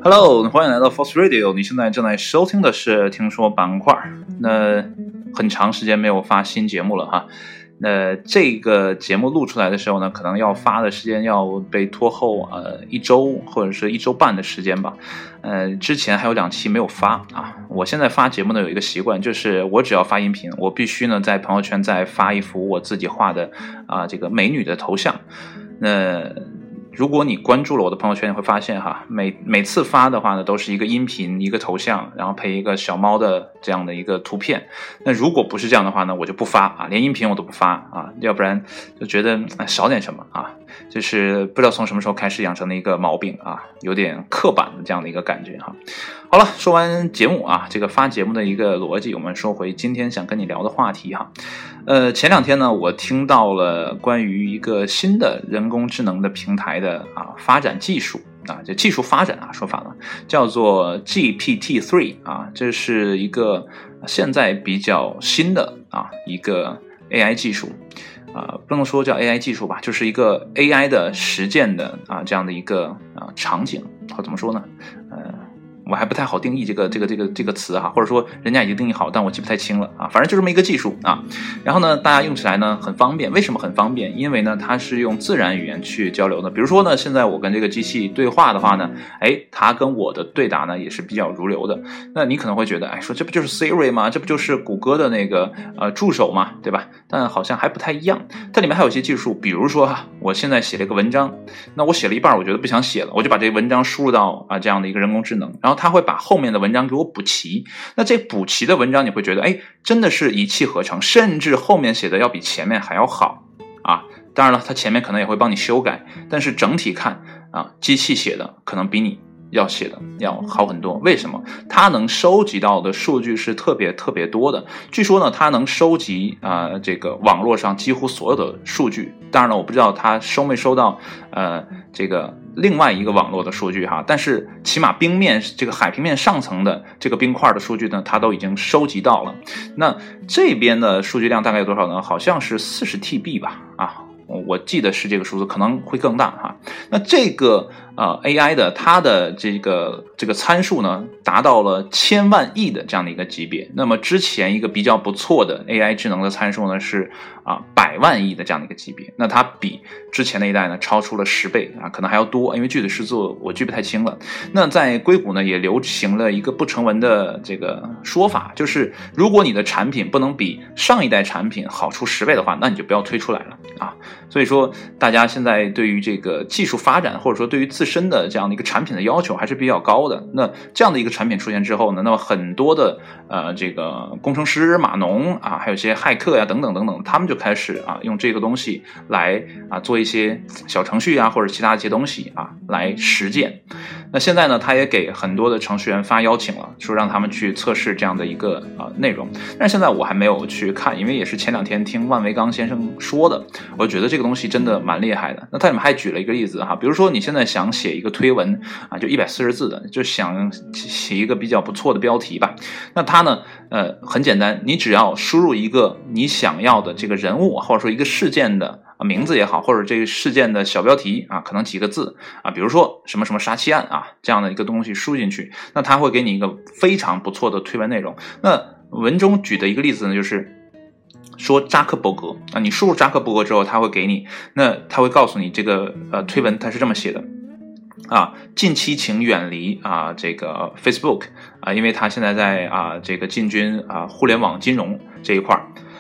Hello， 欢迎来到 Force Radio。你现在正在收听的是听说板块。那很长时间没有发新节目了哈。那这个节目录出来的时候呢，可能要发的时间要被拖后1周或者是1周半的时间吧。之前还有2期没有发啊。我现在发节目呢有一个习惯，就是我只要发音频，我必须呢在朋友圈再发一幅我自己画的这个美女的头像。那如果你关注了我的朋友圈，你会发现哈，每次发的话呢，都是一个音频，一个头像，然后配一个小猫的这样的一个图片。那如果不是这样的话呢，我就不发啊，连音频我都不发啊，要不然就觉得少点什么啊，就是不知道从什么时候开始养成的一个毛病啊，有点刻板的这样的一个感觉哈。好了，说完节目啊，这个发节目的一个逻辑，我们说回今天想跟你聊的话题哈。前2天呢，我听到了关于一个新的人工智能的平台的发展技术啊，这技术发展说法呢，叫做 GPT-3 啊，这是一个现在比较新的一个 AI 技术。不能说叫 AI 技术吧，就是一个 AI 的实践的这样的一个场景，或怎么说呢？我还不太好定义这个词哈，或者说人家已经定义好，但我记不太清了啊。反正就这么一个技术啊。然后呢，大家用起来呢很方便。为什么很方便？因为呢，它是用自然语言去交流的。比如说呢，现在我跟这个机器对话的话呢，它跟我的对答呢也是比较如流的。那你可能会觉得，说这不就是 Siri 吗？这不就是谷歌的那个助手吗？对吧？但好像还不太一样。它里面还有一些技术，比如说我现在写了一个文章，那我写了一半，我觉得不想写了，我就把这个文章输入到这样的一个人工智能，然后它会把后面的文章给我补齐。那这补齐的文章你会觉得真的是一气呵成，甚至后面写的要比前面还要好啊。当然了，它前面可能也会帮你修改，但是整体看机器写的可能比你要写的要好很多。为什么？它能收集到的数据是特别特别多的。据说呢，它能收集这个网络上几乎所有的数据。当然了，我不知道它收没收到这个另外一个网络的数据哈，但是起码冰面这个海平面上层的这个冰块的数据呢，它都已经收集到了。那这边的数据量大概有多少呢？好像是40 TB 吧我记得是这个数字，可能会更大哈。那这个AI 的它的这个参数呢，达到了1000万亿的这样的一个级别。那么之前一个比较不错的 AI 智能的参数呢是100万亿的这样的一个级别。那它比之前那一代呢超出了10倍可能还要多，因为具体数字我记不太清了。那在硅谷呢也流行了一个不成文的这个说法，就是如果你的产品不能比上一代产品好出10倍的话，那你就不要推出来了所以说大家现在对于这个技术发展，或者说对于自身的这样的一个产品的要求还是比较高的。那这样的一个产品出现之后呢，那么很多的这个工程师码农还有一些骇客等等等等，他们就开始用这个东西来做一些小程序或者其他一些东西来实践。那现在呢，他也给很多的程序员发邀请了，说让他们去测试这样的一个内容。但是现在我还没有去看，因为也是前2天听万维刚先生说的，我觉得这个东西真的蛮厉害的。那他里面还举了一个例子比如说你现在想写一个推文就140字的，就想写一个比较不错的标题吧。那它呢很简单，你只要输入一个你想要的这个人物或者说一个事件的名字也好，或者这个事件的小标题可能几个字比如说什么什么杀妻案这样的一个东西输进去，那它会给你一个非常不错的推文内容。那文中举的一个例子呢，就是说扎克伯格你输入扎克伯格之后，他会给你，那他会告诉你这个推文它是这么写的近期请远离这个 Facebook 因为他现在在这个进军互联网金融这一块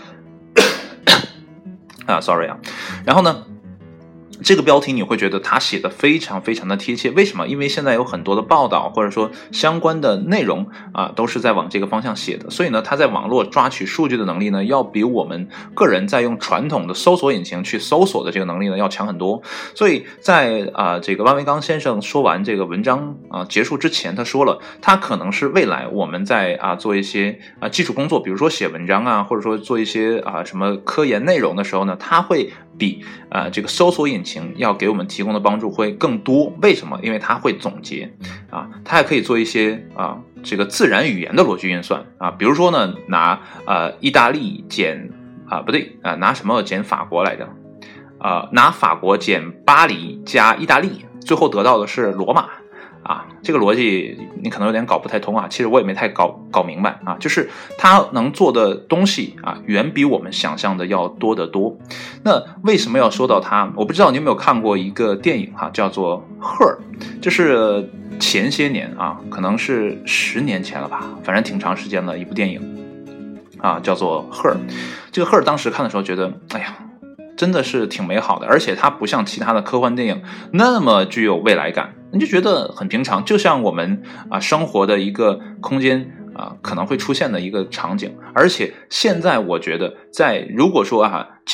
sorry 然后呢这个标题你会觉得他写的非常非常的贴切。为什么？因为现在有很多的报道或者说相关的内容都是在往这个方向写的，所以呢他在网络抓取数据的能力呢，要比我们个人在用传统的搜索引擎去搜索的这个能力呢要强很多。所以在这个万维刚先生说完这个文章结束之前，他说了他可能是未来我们在做一些技术工作，比如说写文章或者说做一些什么科研内容的时候呢，他会比这个搜索引擎要给我们提供的帮助会更多。为什么？因为它会总结它还可以做一些这个自然语言的逻辑运算比如说呢拿意大利减不对拿什么减法国来着拿法国减巴黎加意大利，最后得到的是罗马啊，这个逻辑你可能有点搞不太通啊，其实我也没太搞明白啊，就是它能做的东西啊，远比我们想象的要多得多。那为什么要说到它？我不知道你有没有看过一个电影哈，叫做《Her》，就是前些年啊，可能是10年前了吧，反正挺长时间的一部电影啊，叫做《Her》。这个《Her》当时看的时候觉得，哎呀，真的是挺美好的，而且它不像其他的科幻电影那么具有未来感，你就觉得很平常，就像我们生活的一个空间可能会出现的一个场景。而且现在我觉得如果说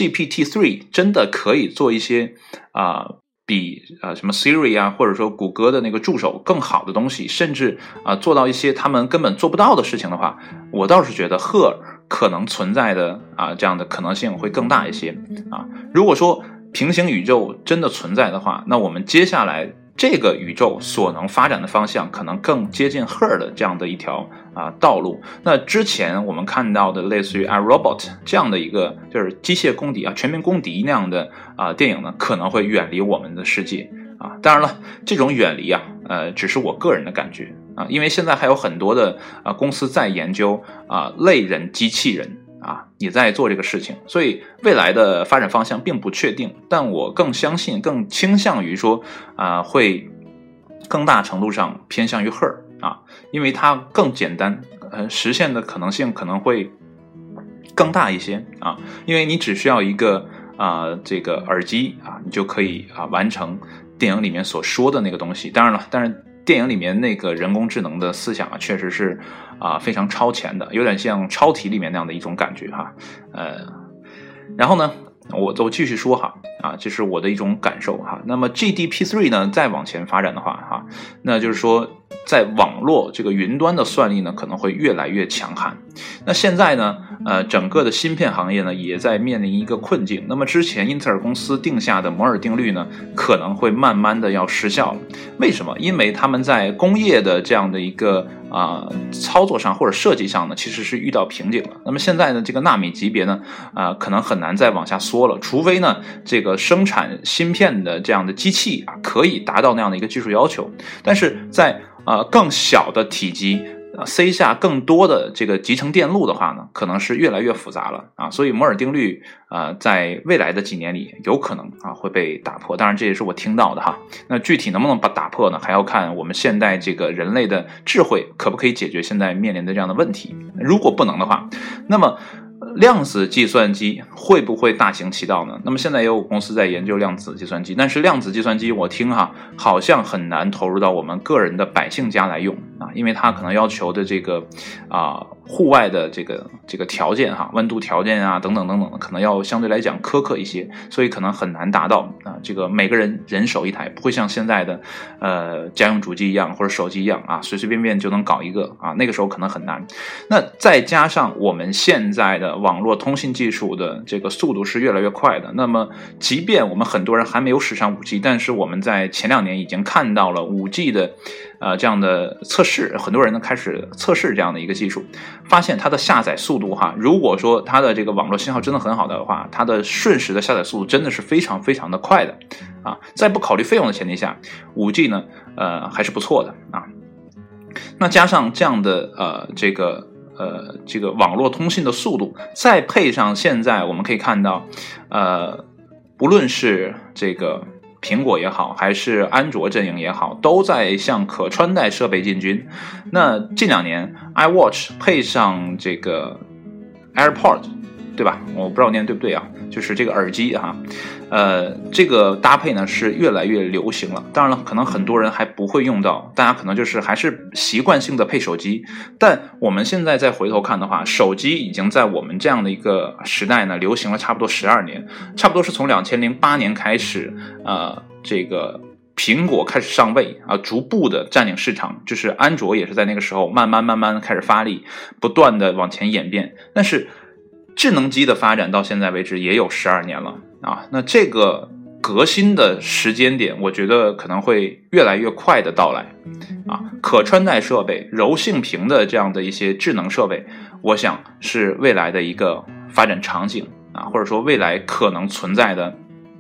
GPT-3 真的可以做一些比什么 Siri 或者说谷歌的那个助手更好的东西，甚至做到一些他们根本做不到的事情的话，我倒是觉得Her可能存在的这样的可能性会更大一些如果说平行宇宙真的存在的话，那我们接下来这个宇宙所能发展的方向可能更接近 Her 的这样的一条道路。那之前我们看到的类似于iRobot 这样的一个就是机械公敌全面公敌那样的电影呢，可能会远离我们的世界当然了，这种远离只是我个人的感觉因为现在还有很多的公司在研究类人机器人也在做这个事情，所以未来的发展方向并不确定，但我更相信更倾向于说会更大程度上偏向于 Her 因为它更简单实现的可能性可能会更大一些因为你只需要一个这个耳机你就可以完成电影里面所说的那个东西。当然了，但是电影里面那个人工智能的思想确实是非常超前的，有点像超体里面那样的一种感觉然后呢我继续说这是我的一种感受那么 GPT-3 呢再往前发展的话那就是说在网络这个云端的算力呢可能会越来越强悍。那现在呢整个的芯片行业呢也在面临一个困境。那么之前英特尔公司定下的摩尔定律呢可能会慢慢的要失效了。为什么？因为他们在工业的这样的一个操作上或者设计上呢其实是遇到瓶颈了。那么现在呢这个纳米级别呢可能很难再往下缩了，除非呢这个生产芯片的这样的机器可以达到那样的一个技术要求。但是在更小的体积塞下更多的这个集成电路的话呢，可能是越来越复杂了所以摩尔定律在未来的几年里有可能会被打破。当然这也是我听到的那具体能不能打破呢，还要看我们现代这个人类的智慧可不可以解决现在面临的这样的问题。如果不能的话，那么量子计算机会不会大行其道呢？那么现在也有公司在研究量子计算机，但是量子计算机我听好像很难投入到我们个人的百姓家来用因为它可能要求的这个户外的这个条件温度条件等等等等可能要相对来讲苛刻一些，所以可能很难达到这个每个人手一台，不会像现在的家用主机一样或者手机一样随随便便就能搞一个那个时候可能很难。那再加上我们现在的网络通信技术的这个速度是越来越快的，那么即便我们很多人还没有驶上 5G， 但是我们在前2年已经看到了 5G 的这样的测试，很多人呢开始测试这样的一个技术，发现它的下载速度如果说它的这个网络信号真的很好的话，它的瞬时的下载速度真的是非常非常的快的在不考虑费用的前提下 5G 呢还是不错的那加上这样的这个网络通信的速度，再配上现在我们可以看到不论是这个苹果也好还是安卓阵营也好，都在向可穿戴设备进军。那近2年 iWatch 配上这个 AirPod 对吧，我不知道念对不对就是这个耳机这个搭配呢是越来越流行了。当然了，可能很多人还不会用到，大家可能就是还是习惯性的配手机。但我们现在再回头看的话，手机已经在我们这样的一个时代呢流行了差不多12年，差不多是从2008年开始这个苹果开始上位逐步的占领市场，就是安卓也是在那个时候慢慢开始发力，不断的往前演变。但是智能机的发展到现在为止也有12年了那这个革新的时间点我觉得可能会越来越快的到来可穿戴设备、柔性屏的这样的一些智能设备，我想是未来的一个发展场景或者说未来可能存在的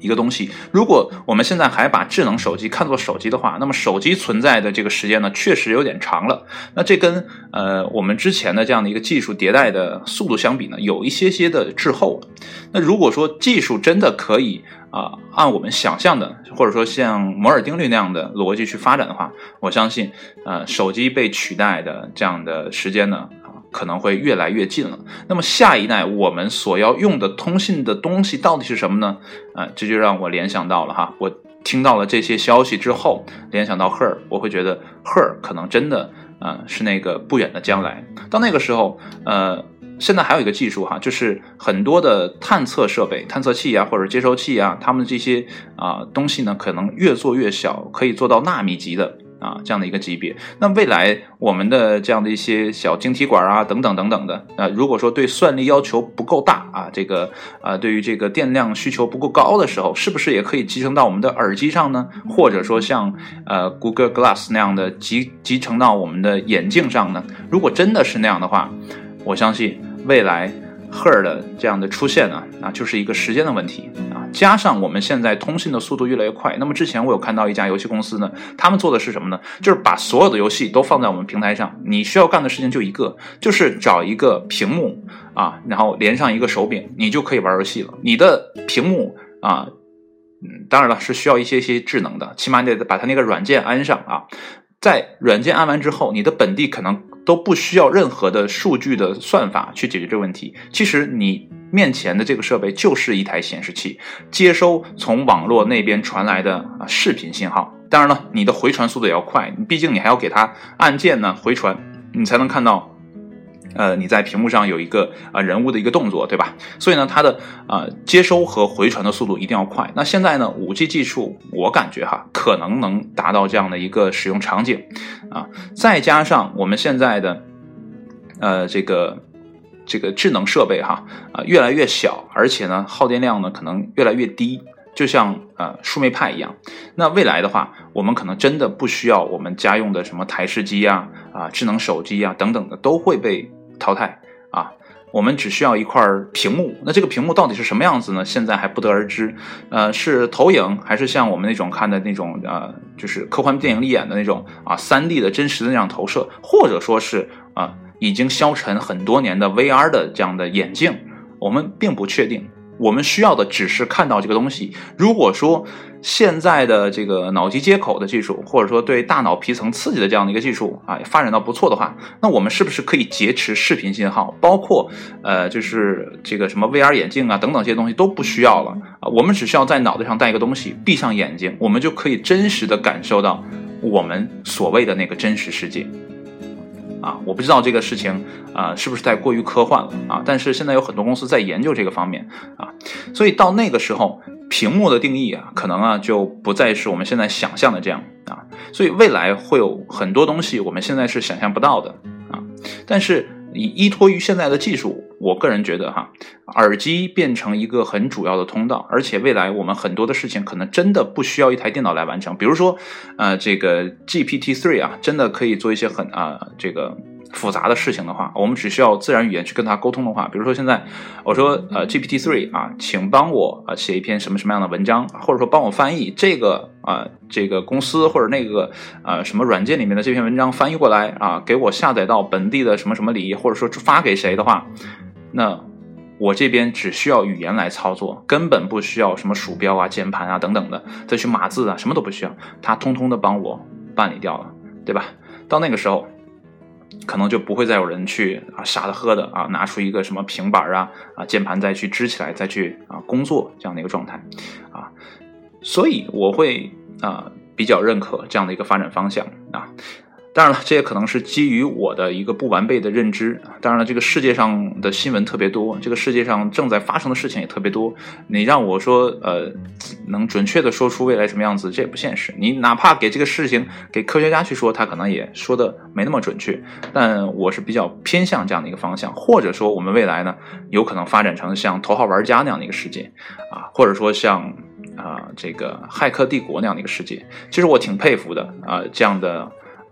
一个东西。如果我们现在还把智能手机看作手机的话，那么手机存在的这个时间呢，确实有点长了。那这跟我们之前的这样的一个技术迭代的速度相比呢，有一些的滞后。那如果说技术真的可以按我们想象的，或者说像摩尔定律那样的逻辑去发展的话，我相信手机被取代的这样的时间呢，可能会越来越近了。那么下一代我们所要用的通信的东西到底是什么呢？这就让我联想到了我听到了这些消息之后，联想到 Her， 我会觉得 Her 可能真的是那个不远的将来。到那个时候现在还有一个技术就是很多的探测设备、探测器或者接收器他们这些东西呢，可能越做越小，可以做到纳米级的这样的一个级别。那未来我们的这样的一些小晶体管等等等等的如果说对算力要求不够大这个对于这个电量需求不够高的时候，是不是也可以集成到我们的耳机上呢？或者说像Google Glass 那样的集成到我们的眼镜上呢？如果真的是那样的话，我相信未来 Her 的这样的出现就是一个时间的问题加上我们现在通信的速度越来越快。那么之前我有看到一家游戏公司呢，他们做的是什么呢？就是把所有的游戏都放在我们平台上，你需要干的事情就一个，就是找一个屏幕然后连上一个手柄，你就可以玩游戏了。你的屏幕当然了是需要一些智能的，起码你得把它那个软件安上在软件安完之后，你的本地可能都不需要任何的数据的算法去解决这个问题。其实你面前的这个设备就是一台显示器，接收从网络那边传来的视频信号。当然了，你的回传速度也要快，毕竟你还要给它按键呢回传，你才能看到你在屏幕上有一个人物的一个动作，对吧？所以呢，它的接收和回传的速度一定要快。那现在呢 5G 技术我感觉可能能达到这样的一个使用场景再加上我们现在的这个智能设备越来越小，而且呢耗电量呢可能越来越低，就像树莓派一样。那未来的话，我们可能真的不需要我们家用的什么台式机智能手机等等的都会被淘汰我们只需要一块屏幕。那这个屏幕到底是什么样子呢？现在还不得而知。是投影，还是像我们那种看的那种就是科幻电影里演的那种3D 的真实的那样投射，或者说是已经消沉很多年的 VR 的这样的眼镜，我们并不确定。我们需要的只是看到这个东西。如果说现在的这个脑机接口的技术，或者说对大脑皮层刺激的这样的一个技术发展到不错的话，那我们是不是可以劫持视频信号，包括就是这个什么 VR 眼镜等等这些东西都不需要了我们只需要在脑袋上戴一个东西，闭上眼睛，我们就可以真实的感受到我们所谓的那个真实世界我不知道这个事情是不是太过于科幻了但是现在有很多公司在研究这个方面所以到那个时候，屏幕的定义可能就不再是我们现在想象的这样所以未来会有很多东西我们现在是想象不到的但是依托于现在的技术，我个人觉得耳机变成一个很主要的通道，而且未来我们很多的事情可能真的不需要一台电脑来完成。比如说这个 GPT-3 真的可以做一些很这个复杂的事情的话，我们只需要自然语言去跟它沟通的话，比如说现在我说GPT-3 请帮我写一篇什么什么样的文章，或者说帮我翻译这个这个公司或者那个什么软件里面的这篇文章翻译过来给我下载到本地的什么什么里，或者说发给谁的话，那我这边只需要语言来操作，根本不需要什么鼠标键盘等等的，再去码字什么都不需要，它通通的帮我办理掉了，对吧？到那个时候可能就不会再有人去傻的喝的拿出一个什么平板键盘再去支起来再去工作这样的一个状态所以我会比较认可这样的一个发展方向当然了，这也可能是基于我的一个不完备的认知。当然了，这个世界上的新闻特别多，这个世界上正在发生的事情也特别多。你让我说，能准确的说出未来什么样子，这也不现实。你哪怕给这个事情给科学家去说，他可能也说的没那么准确。但我是比较偏向这样的一个方向，或者说我们未来呢，有可能发展成像头号玩家那样的一个世界或者说像这个骇客帝国那样的一个世界。其实我挺佩服的这样的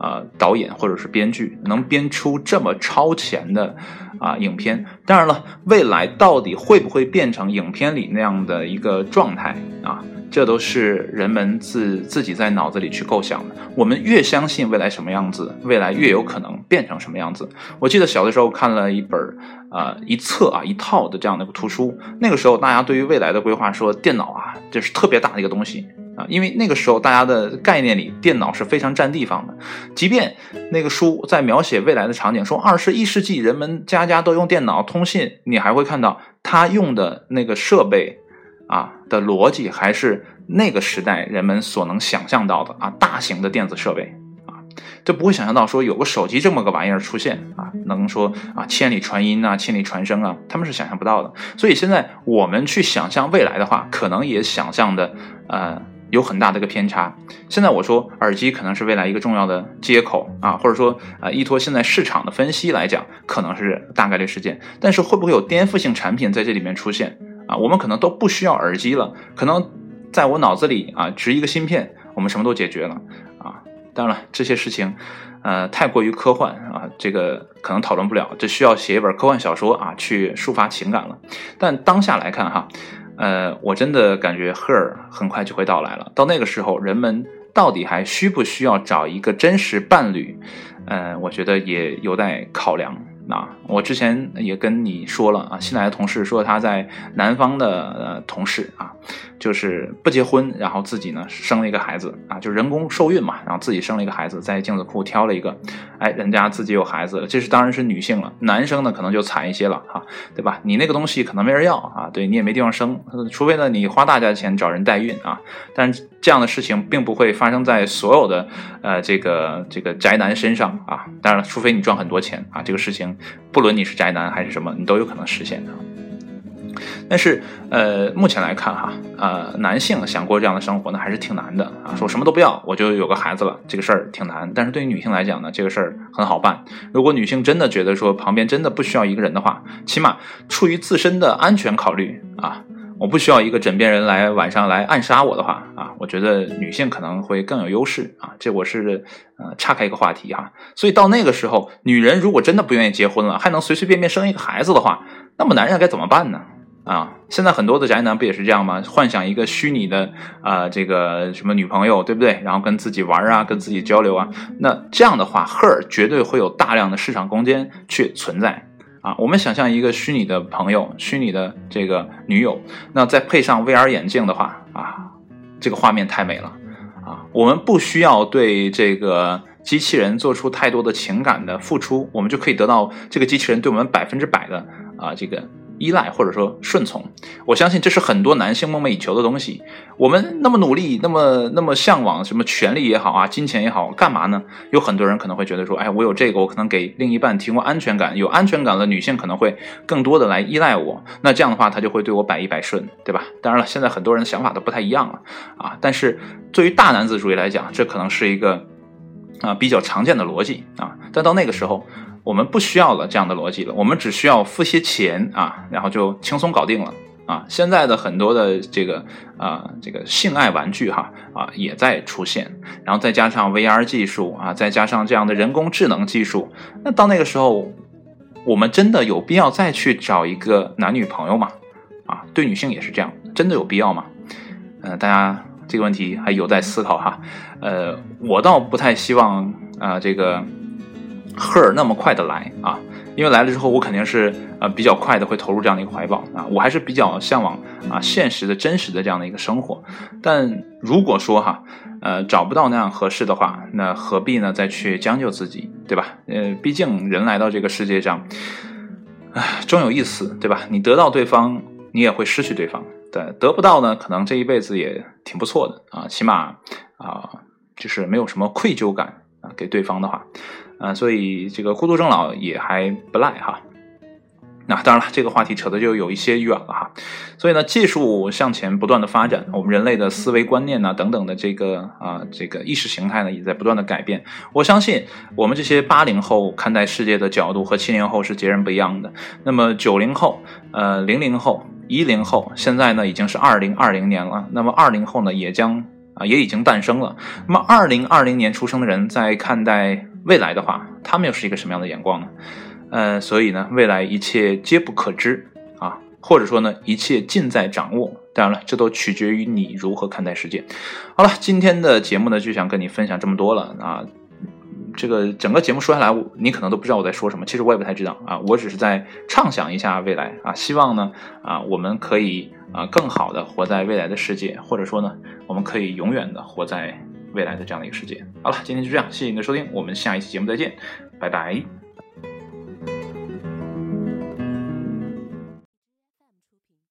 导演或者是编剧能编出这么超前的影片。当然了，未来到底会不会变成影片里那样的一个状态这都是人们自己在脑子里去构想的。我们越相信未来什么样子，未来越有可能变成什么样子。我记得小的时候看了一本一套的这样的一个图书，那个时候大家对于未来的规划说电脑这是特别大的一个东西因为那个时候大家的概念里电脑是非常占地方的。即便那个书在描写未来的场景说21世纪人们家家都用电脑通信，你还会看到他用的那个设备的逻辑还是那个时代人们所能想象到的大型的电子设备就不会想象到说有个手机这么个玩意儿出现能说千里传音千里传声他们是想象不到的。所以现在我们去想象未来的话，可能也想象的有很大的一个偏差。现在我说耳机可能是未来一个重要的接口或者说依托现在市场的分析来讲，可能是大概率事件。但是会不会有颠覆性产品在这里面出现我们可能都不需要耳机了，可能在我脑子里植一个芯片，我们什么都解决了当然了，这些事情太过于科幻这个可能讨论不了，这需要写一本科幻小说去抒发情感了。但当下来看我真的感觉 Her 很快就会到来了。到那个时候，人们到底还需不需要找一个真实伴侣我觉得也有待考量我之前也跟你说了新来的同事说他在南方的同事就是不结婚，然后自己呢生了一个孩子就人工受孕嘛，然后自己生了一个孩子，在精子库挑了一个人家自己有孩子了，这是当然是女性了。男生呢可能就惨一些了对吧？你那个东西可能没人要对，你也没地方生，除非呢你花大价钱找人代孕但是这样的事情并不会发生在所有的这个宅男身上当然了，除非你赚很多钱这个事情不论你是宅男还是什么，你都有可能实现但是目前来看男性想过这样的生活呢还是挺难的说什么都不要我就有个孩子了，这个事儿挺难。但是对于女性来讲呢，这个事儿很好办。如果女性真的觉得说旁边真的不需要一个人的话，起码出于自身的安全考虑我不需要一个枕边人来晚上来暗杀我的话我觉得女性可能会更有优势这我是岔开一个话题所以到那个时候，女人如果真的不愿意结婚了，还能随随便便生一个孩子的话，那么男人该怎么办呢现在很多的宅男不也是这样吗？幻想一个虚拟的这个什么女朋友，对不对？然后跟自己玩跟自己交流那这样的话 Her 绝对会有大量的市场空间去存在我们想象一个虚拟的朋友，虚拟的这个女友，那再配上 VR 眼镜的话这个画面太美了我们不需要对这个机器人做出太多的情感的付出，我们就可以得到这个机器人对我们100%的这个依赖或者说顺从。我相信这是很多男性梦寐以求的东西。我们那么努力，那么向往什么权利也好金钱也好，干嘛呢？有很多人可能会觉得说我有这个，我可能给另一半提供安全感，有安全感了，女性可能会更多的来依赖我，那这样的话她就会对我百依百顺，对吧？当然了，现在很多人的想法都不太一样了但是对于大男子主义来讲，这可能是一个比较常见的逻辑但到那个时候我们不需要了这样的逻辑了，我们只需要付些钱然后就轻松搞定了现在的很多的这个性爱玩具也在出现，然后再加上 VR 技术再加上这样的人工智能技术，那到那个时候我们真的有必要再去找一个男女朋友吗？对女性也是这样，真的有必要吗？大家这个问题还有待思考我倒不太希望这个 Her 那么快的来因为来了之后我肯定是比较快的会投入这样的一个怀抱我还是比较向往现实的真实的这样的一个生活。但如果说找不到那样合适的话，那何必呢再去将就自己，对吧？毕竟人来到这个世界上终有一死，对吧？你得到对方，你也会失去对方，对，得不到呢可能这一辈子也挺不错的起码就是没有什么愧疚感给对方的话所以这个孤独终老也还不赖那当然了，这个话题扯的就有一些远了所以呢，技术向前不断的发展，我们人类的思维观念等等的这个意识形态呢也在不断的改变。我相信我们这些80后看待世界的角度和70后是截然不一样的。那么90后00后10后现在呢已经是2020年了，那么20后呢也将也已经诞生了。那么2020年出生的人在看待未来的话，他们又是一个什么样的眼光呢？所以呢，未来一切皆不可知啊，或者说呢，一切尽在掌握。当然了，这都取决于你如何看待世界。好了，今天的节目呢，就想跟你分享这么多了啊。这个整个节目说下来，你可能都不知道我在说什么，其实我也不太知道啊，我只是在畅想一下未来啊，希望呢我们可以更好的活在未来的世界，或者说呢，我们可以永远的活在未来的这样的一个世界。好了，今天就这样，谢谢你的收听，我们下一期节目再见，拜拜。